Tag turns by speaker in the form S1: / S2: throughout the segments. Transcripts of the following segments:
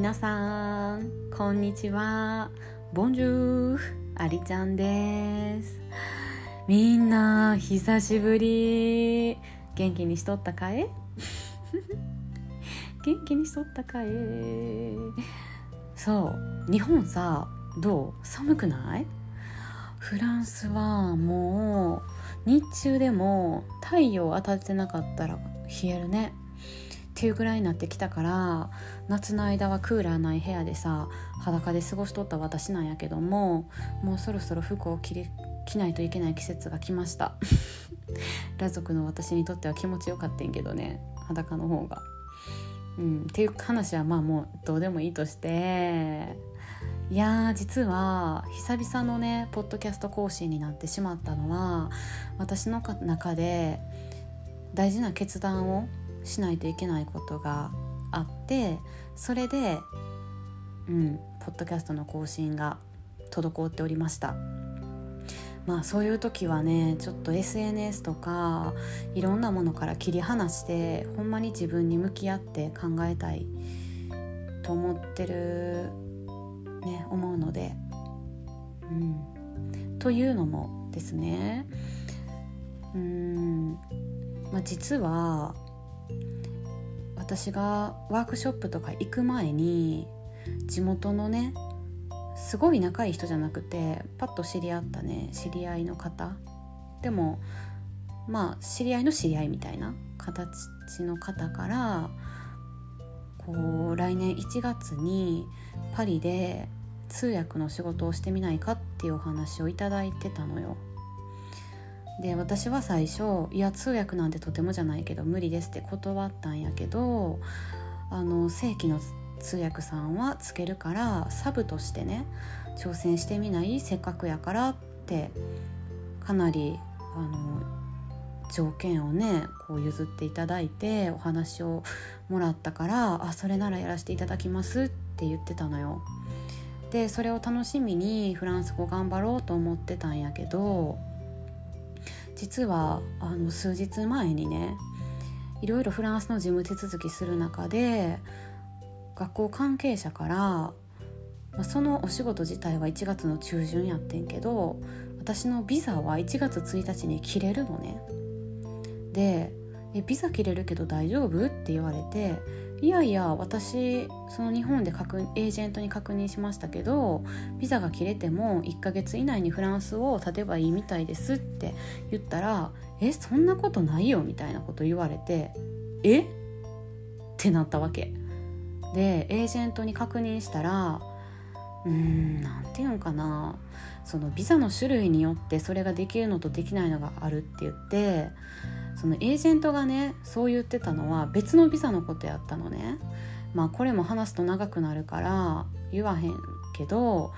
S1: 皆さんこんにちは。ボンジュール、ありちゃんです。みんな久しぶり。元気にしとったかい元気にしとったかい。そう、日本さ、どう？寒くない？フランスはもう日中でも太陽当たってなかったら冷えるねっていうぐらいになってきたから、夏の間はクーラーない部屋でさ、裸で過ごしとった私なんやけども、もうそろそろ服を着ないといけない季節が来ました裸族の私にとっては気持ちよかったんけどね、裸の方が。っていう話はまあもうどうでもいいとして、いや実は久々のねポッドキャスト更新になってしまったのは、私の中で大事な決断をしないといけないことがあって、それでポッドキャストの更新が滞っておりました。まあそういう時はね、ちょっと SNS とかいろんなものから切り離して、ほんまに自分に向き合って考えたいと思ってるね、思うので、というのもですね、実は私がワークショップとか行く前に、地元のねすごい仲いい人じゃなくてパッと知り合ったね知り合いの方でも、まあ知り合いの知り合いみたいな形の方から、こう来年1月にパリで通訳の仕事をしてみないかっていうお話をいただいてたのよ。で、私は最初、いや通訳なんてとてもじゃないけど無理ですって断ったんやけど、正規の通訳さんはつけるからサブとしてね挑戦してみない？せっかくやからって、かなり条件をねこう譲っていただいてお話をもらったから、それならやらせていただきますって言ってたのよ。でそれを楽しみにフランス語頑張ろうと思ってたんやけど、実は数日前にね、いろいろフランスの事務手続きする中で、学校関係者から、そのお仕事自体は1月の中旬やってんけど、私のビザは1月1日に切れるのね。で、ビザ切れるけど大丈夫？って言われて、いやいや私その日本でエージェントに確認しましたけど、ビザが切れても1ヶ月以内にフランスを立てばいいみたいですって言ったら、そんなことないよみたいなこと言われて、ってなったわけで、エージェントに確認したら、なんていうのかな、そのビザの種類によってそれができるのとできないのがあるって言って、そのエージェントがねそう言ってたのは別のビザのことやったのね。これも話すと長くなるから言わへんけど、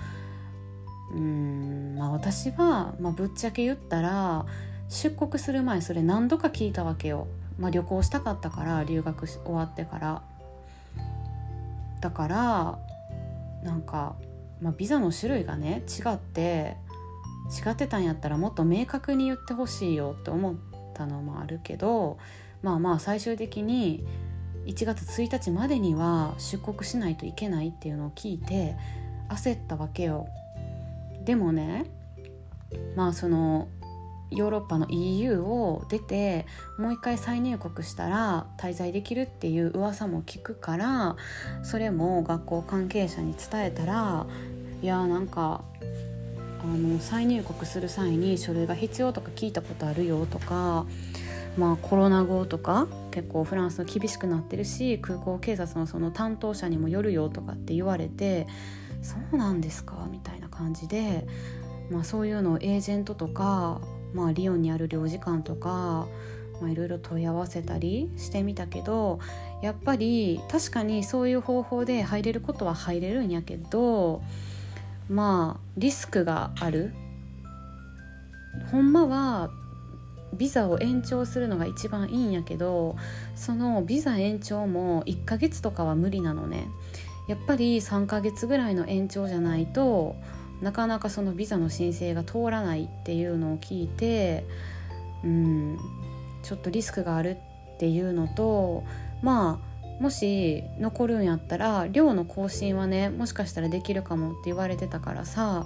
S1: 私は、ぶっちゃけ言ったら出国する前それ何度か聞いたわけよ。旅行したかったから、留学終わってからだから、なんか、ビザの種類がね違ってたんやったらもっと明確に言ってほしいよって思ったのもあるけど、最終的に1月1日までには出国しないといけないっていうのを聞いて焦ったわけよ。でもね、そのヨーロッパの EU を出てもう一回再入国したら滞在できるっていう噂も聞くから、それも学校関係者に伝えたら、いやなんか再入国する際に書類が必要とか聞いたことあるよとか、コロナ後とか結構フランス厳しくなってるし、空港警察のその担当者にもよるよとかって言われて、そうなんですかみたいな感じで、そういうのをエージェントとか、リヨンにある領事館とか、いろいろ問い合わせたりしてみたけど、やっぱり確かにそういう方法で入れることは入れるんやけど、リスクがある。ほんまはビザを延長するのが一番いいんやけど、そのビザ延長も1ヶ月とかは無理なのね。やっぱり3ヶ月ぐらいの延長じゃないとなかなかそのビザの申請が通らないっていうのを聞いて、ちょっとリスクがあるっていうのと、 もし残るんやったら寮の更新はねもしかしたらできるかもって言われてたからさ、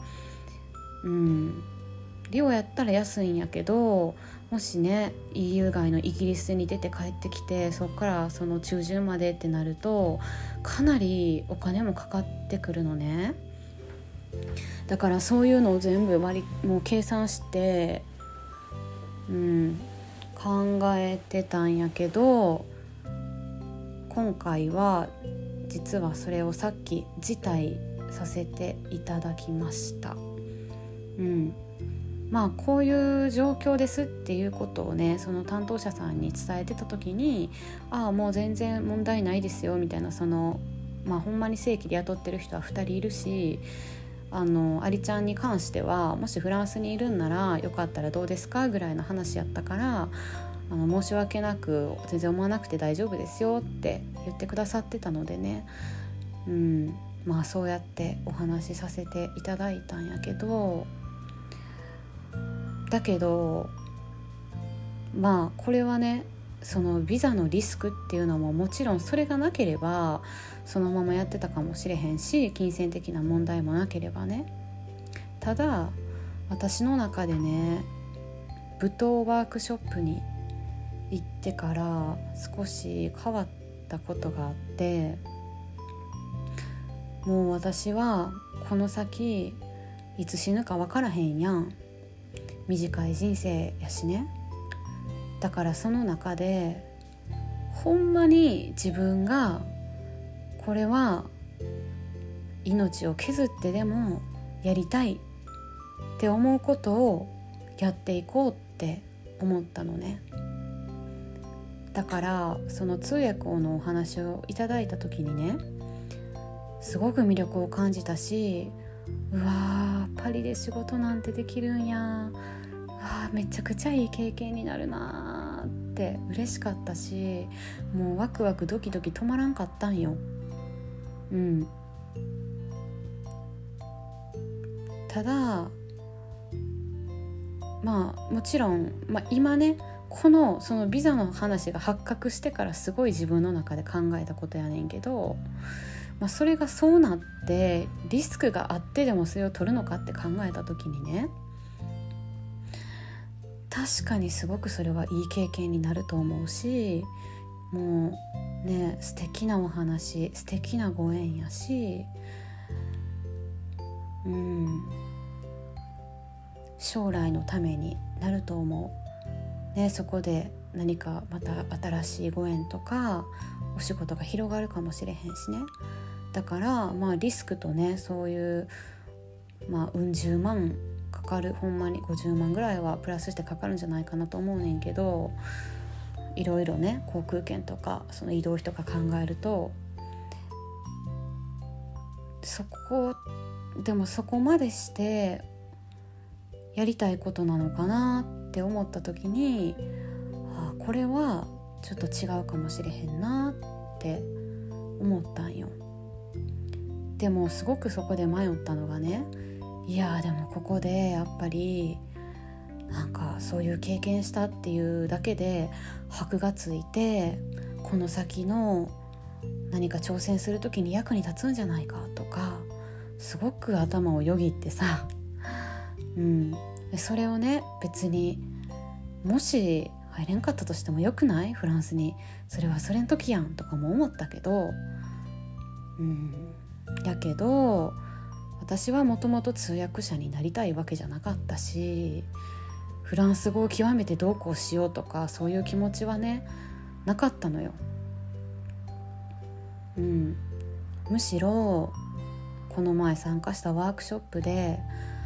S1: 寮やったら安いんやけど、もしね EU 外のイギリスに出て帰ってきてそこからその中旬までってなるとかなりお金もかかってくるのね。だからそういうのを全部もう計算して、考えてたんやけど、今回は実はそれをさっき辞退させていただきました。まあこういう状況ですっていうことをねその担当者さんに伝えてた時に、もう全然問題ないですよみたいな、ほんまに正規で雇ってる人は2人いるし、アリちゃんに関してはもしフランスにいるんならよかったらどうですかぐらいの話やったから、申し訳なく全然思わなくて大丈夫ですよって言ってくださってたのでね、そうやってお話しさせていただいたんやけど、だけどこれはねそのビザのリスクっていうのももちろんそれがなければそのままやってたかもしれへんし、金銭的な問題もなければね。ただ私の中でね舞踏ワークショップに行ってから少し変わったことがあって、もう私はこの先いつ死ぬか分からへんやん。短い人生やしね。だからその中でほんまに自分がこれは命を削ってでもやりたいって思うことをやっていこうって思ったのね。だからその通訳のお話をいただいた時にねすごく魅力を感じたし、うわーパリで仕事なんてできるんや、めちゃくちゃいい経験になるなって嬉しかったし、もうワクワクドキドキ止まらんかったんよ。ただもちろん、今ねそのビザの話が発覚してからすごい自分の中で考えたことやねんけど、それがそうなってリスクがあってでもそれを取るのかって考えた時にね、確かにすごくそれはいい経験になると思うし、もうね素敵なお話、素敵なご縁やし、将来のためになると思う、ね、そこで何かまた新しいご縁とかお仕事が広がるかもしれへんしね。だからリスクとねそういううん十万かかる、ほんまに50万ぐらいはプラスしてかかるんじゃないかなと思うねんけど、いろいろね航空券とかその移動費とか考えるとでもそこまでしてやりたいことなのかなって思った時に、これはちょっと違うかもしれへんなって思ったんよ。でもすごくそこで迷ったのがね、でもここでやっぱりそういう経験したっていうだけで箔がついてこの先の何か挑戦する時に役に立つんじゃないかとかすごく頭をよぎってさ、それをね別にもし入れんかったとしてもよくない？フランスにそれはそれの時やんとかも思ったけど、やけど私はもともと通訳者になりたいわけじゃなかったし、フランス語を極めてどうこうしようとかそういう気持ちはねなかったのよ。むしろこの前参加したワークショップで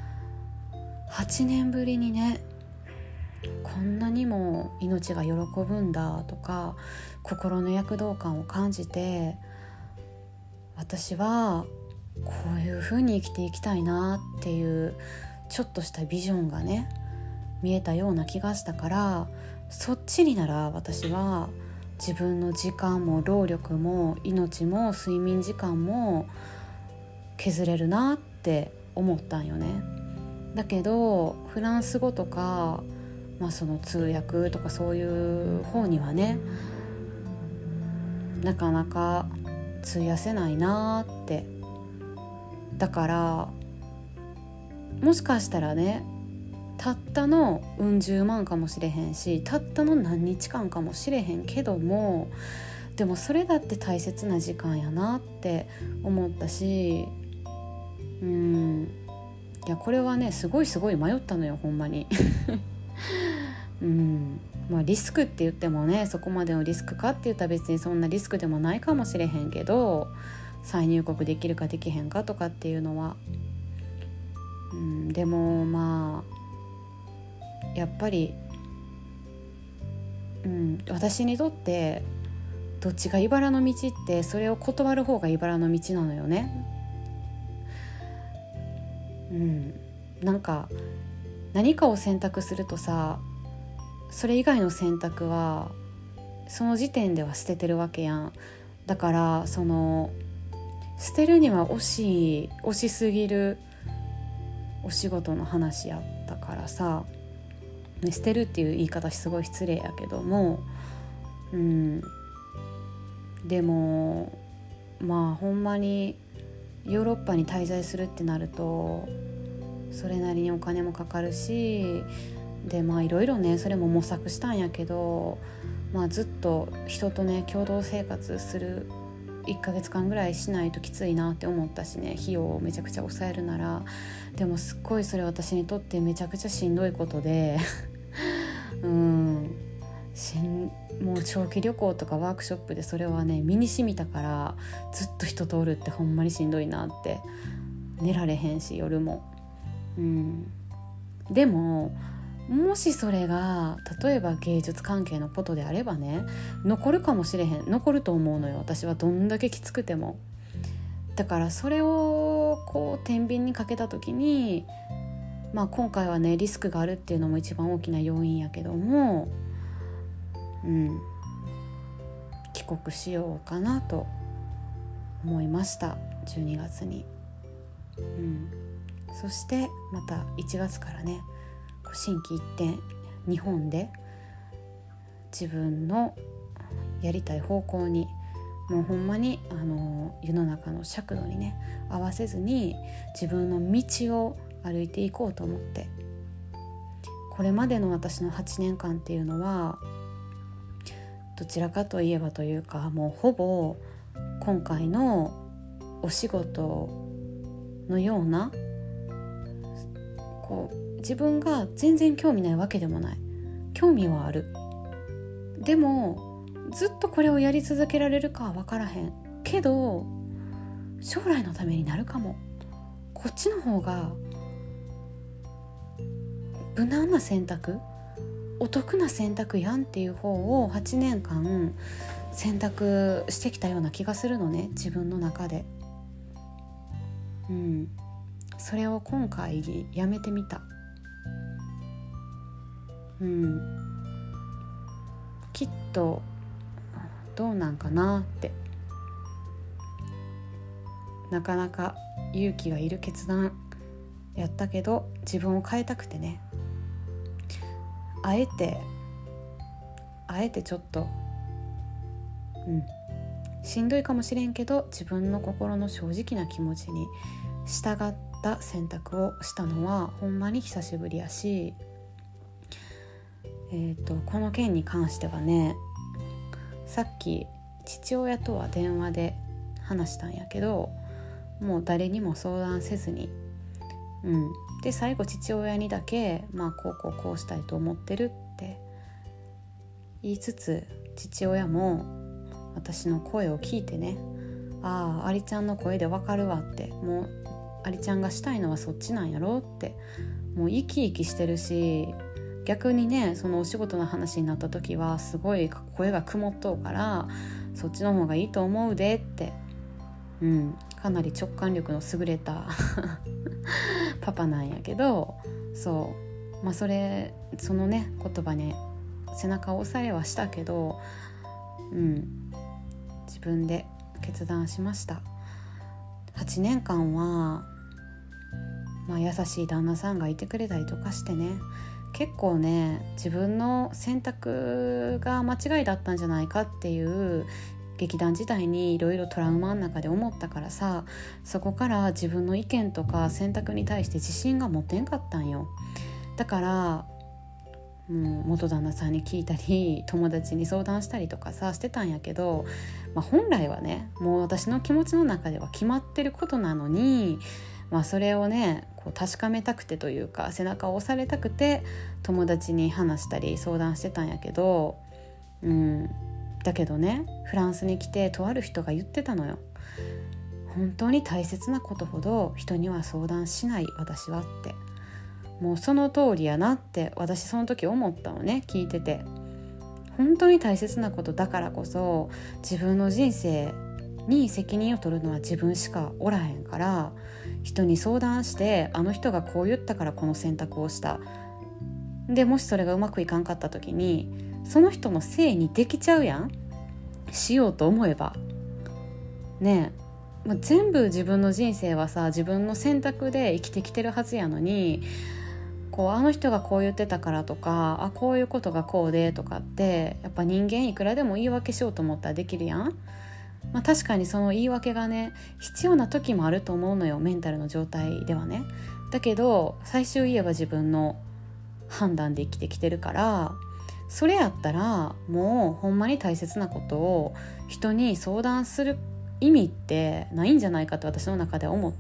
S1: 8年ぶりにねこんなにも命が喜ぶんだとか心の躍動感を感じて、私はこういう風に生きていきたいなっていうちょっとしたビジョンがね見えたような気がしたから、そっちになら私は自分の時間も労力も命も睡眠時間も削れるなって思ったんよね。だけどフランス語とか、その通訳とかそういう方にはねなかなか費やせないなって。だからもしかしたらね、たったのうん十万かもしれへんし、たったの何日間かもしれへんけども、でもそれだって大切な時間やなって思ったし、いやこれはねすごい迷ったのよほんまにリスクって言ってもね、そこまでのリスクかって言ったら別にそんなリスクでもないかもしれへんけど、再入国できるかできへんかとかっていうのは、でもやっぱり、私にとってどっちが茨の道って、それを断る方が茨の道なのよね。なんか何かを選択するとさ、それ以外の選択はその時点では捨ててるわけやん。だからその捨てるには惜しすぎるお仕事の話やったからさ、捨てるっていう言い方すごい失礼やけども、でもほんまにヨーロッパに滞在するってなるとそれなりにお金もかかるし、でいろいろねそれも模索したんやけど、ずっと人とね共同生活する1ヶ月間ぐらいしないときついなって思ったしね、費用をめちゃくちゃ抑えるなら。でもすっごいそれ私にとってめちゃくちゃしんどいことでもう長期旅行とかワークショップでそれはね身に染みたから、ずっと人とおるってほんまにしんどいなって。寝られへんし夜も。でももしそれが例えば芸術関係のことであればね、残るかもしれへん、残ると思うのよ私は、どんだけきつくても。だからそれをこう天秤にかけた時に、今回はねリスクがあるっていうのも一番大きな要因やけども、帰国しようかなと思いました12月に。そしてまた1月からね心機一転日本で自分のやりたい方向に、もうほんまに世の中の尺度にね合わせずに自分の道を歩いていこうと思って。これまでの私の8年間っていうのはどちらかといえばというか、もうほぼ今回のお仕事のような自分が全然興味ないわけでもない、興味はある、でもずっとこれをやり続けられるかは分からへんけど、将来のためになるかも、こっちの方が無難な選択、お得な選択やんっていう方を8年間選択してきたような気がするのね、自分の中で。それを今回やめてみた。きっとどうなんかなって。なかなか勇気がいる決断やったけど、自分を変えたくてね、あえてちょっとしんどいかもしれんけど、自分の心の正直な気持ちに従った選択をしたのはほんまに久しぶりやし、この件に関してはね、さっき父親とは電話で話したんやけど、もう誰にも相談せずに、で最後父親にだけ、こうしたいと思ってるって言いつつ、父親も私の声を聞いてね、ありちゃんの声でわかるわって、もうありちゃんがしたいのはそっちなんやろって、もう生き生きしてるし、逆にねそのお仕事の話になった時はすごい声が曇っとうから、そっちの方がいいと思うでって、かなり直感力の優れたパパなんやけど、そのね言葉に背中を押されはしたけど、自分で決断しました。8年間は、優しい旦那さんがいてくれたりとかしてね、結構ね自分の選択が間違いだったんじゃないかっていう劇団時代にいろいろトラウマの中で思ったからさ、そこから自分の意見とか選択に対して自信が持てんかったんよ。だから元旦那さんに聞いたり友達に相談したりとかさしてたんやけど、本来はねもう私の気持ちの中では決まってることなのに、それをねこう確かめたくてというか背中を押されたくて友達に話したり相談してたんやけど、だけどねフランスに来てとある人が言ってたのよ。本当に大切なことほど人には相談しない私はって。もうその通りやなって私その時思ったのね、聞いてて。本当に大切なことだからこそ自分の人生に責任を取るのは自分しかおらへんから、人に相談してあの人がこう言ったからこの選択をした、でもしそれがうまくいかんかった時にその人のせいにできちゃうやん、しようと思えばねえ、全部自分の人生はさ自分の選択で生きてきてるはずやのに、あの人がこう言ってたからとかこういうことがこうでとかってやっぱ人間いくらでも言い訳しようと思ったらできるやん。確かにその言い訳がね必要な時もあると思うのよ、メンタルの状態ではね。だけど最終言えば自分の判断で生きてきてるから、それやったらもうほんまに大切なことを人に相談する意味ってないんじゃないかと私の中で思って、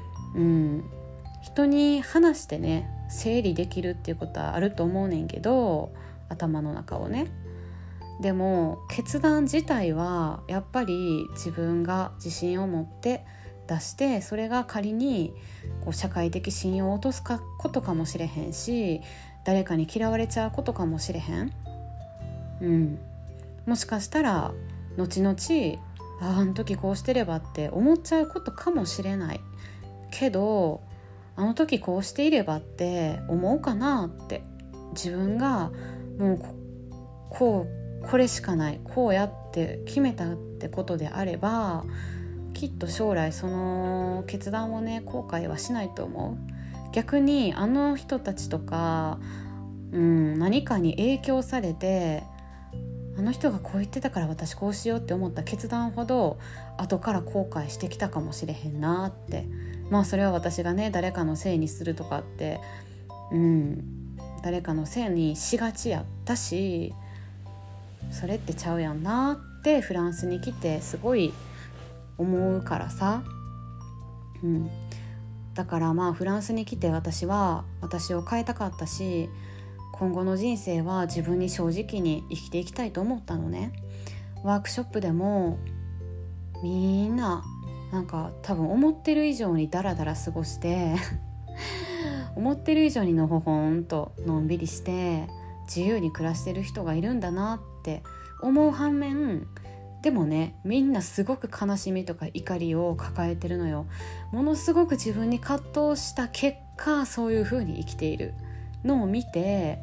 S1: 人に話してね整理できるっていうことはあると思うねんけど、頭の中をね。でも決断自体はやっぱり自分が自信を持って出して、それが仮に社会的信用を落とすことかもしれへんし、誰かに嫌われちゃうことかもしれへん。もしかしたら後々あの時こうしてればって思っちゃうことかもしれないけど、あの時こうしていればって思うかなって、自分がもうこれしかない、こうやって決めたってことであれば、きっと将来その決断をね後悔はしないと思う。逆にあの人たちとか、何かに影響されてあの人がこう言ってたから私こうしようって思った決断ほど後から後悔してきたかもしれへんなって。それは私がね誰かのせいにするとかって、誰かのせいにしがちやったし、それってちゃうやんなってフランスに来てすごい思うからさ。だからフランスに来て私は私を変えたかったし、今後の人生は自分に正直に生きていきたいと思ったのね。ワークショップでもみんな多分思ってる以上にダラダラ過ごして思ってる以上にのほほんとのんびりして自由に暮らしてる人がいるんだなって思う反面、でもねみんなすごく悲しみとか怒りを抱えてるのよ。ものすごく自分に葛藤した結果そういう風に生きているのを見て、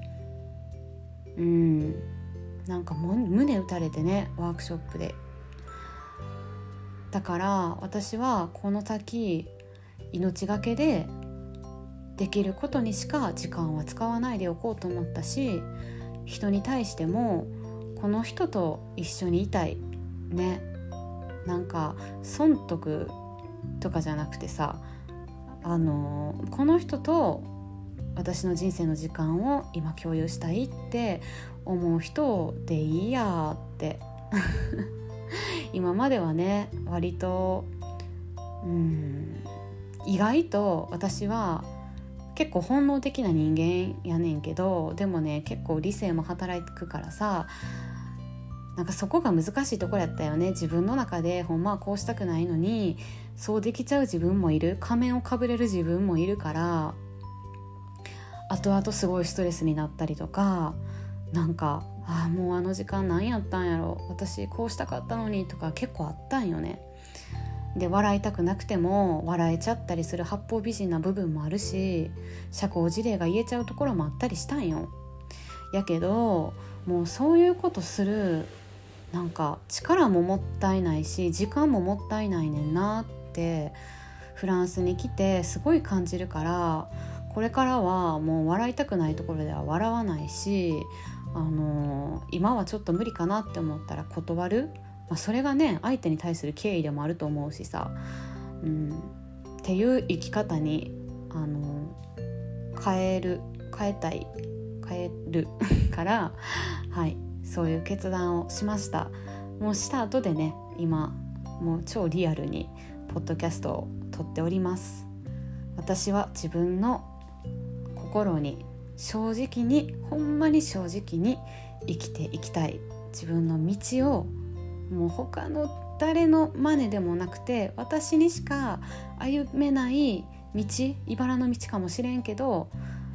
S1: 胸打たれてね、ワークショップで。だから私はこの先命がけでできることにしか時間は使わないでおこうと思ったし、人に対してもこの人と一緒にいたいね、損得とかじゃなくてさ、この人と私の人生の時間を今共有したいって思う人でいいやって今まではね割と意外と私は結構本能的な人間やねんけど、でもね結構理性も働くからさ、そこが難しいところやったよね。自分の中でほんまはこうしたくないのにそうできちゃう自分もいる、仮面をかぶれる自分もいるから、後々すごいストレスになったりとか、もうあの時間何やったんやろ、私こうしたかったのにとか結構あったんよね。で笑いたくなくても笑えちゃったりする八方美人な部分もあるし、社交辞令が言えちゃうところもあったりしたんよ。やけどもうそういうことする力ももったいないし時間ももったいないねんなってフランスに来てすごい感じるから、これからはもう笑いたくないところでは笑わないし、今はちょっと無理かなって思ったら断る。 それがね相手に対する敬意でもあると思うしさ、っていう生き方に変えるからはい、そういう決断をしました。もうした後でね、今もう超リアルにポッドキャストを撮っております。私は自分の心に正直に、ほんまに正直に生きていきたい。自分の道をもう他の誰の真似でもなくて、私にしか歩めない道、茨の道かもしれんけど、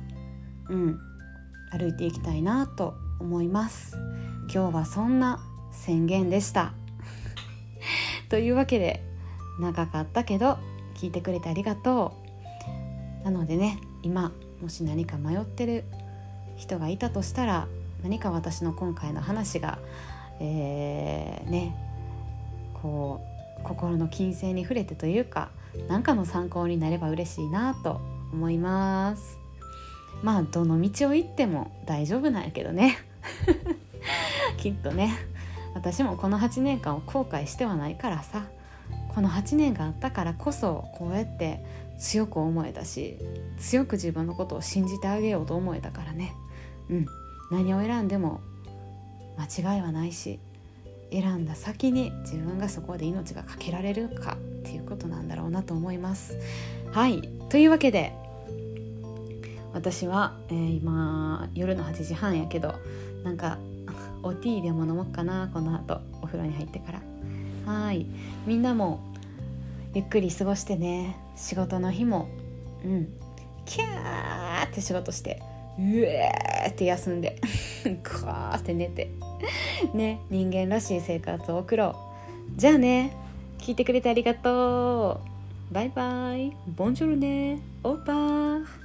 S1: 歩いていきたいなと思います。今日はそんな宣言でしたというわけで、長かったけど聞いてくれてありがとう。なのでね、今もし何か迷ってる人がいたとしたら、何か私の今回の話がこう心の金星に触れてというか、何かの参考になれば嬉しいなと思います。どの道を行っても大丈夫なんやけどねきっとね、私もこの8年間を後悔してはないからさ、この8年があったからこそこうやって強く思えたし、強く自分のことを信じてあげようと思えたからね。何を選んでも間違いはないし、選んだ先に自分がそこで命がかけられるかっていうことなんだろうなと思います。はい、というわけで私は、今夜の8時半やけど、なんかおティーでも飲もうかな、この後お風呂に入ってから。はい、みんなもゆっくり過ごしてね。仕事の日もキャーって仕事して、うえーって休んでクワーって寝てね、人間らしい生活を送ろう。じゃあね、聞いてくれてありがとう。バイバイ、ボンジョルね、オーバー。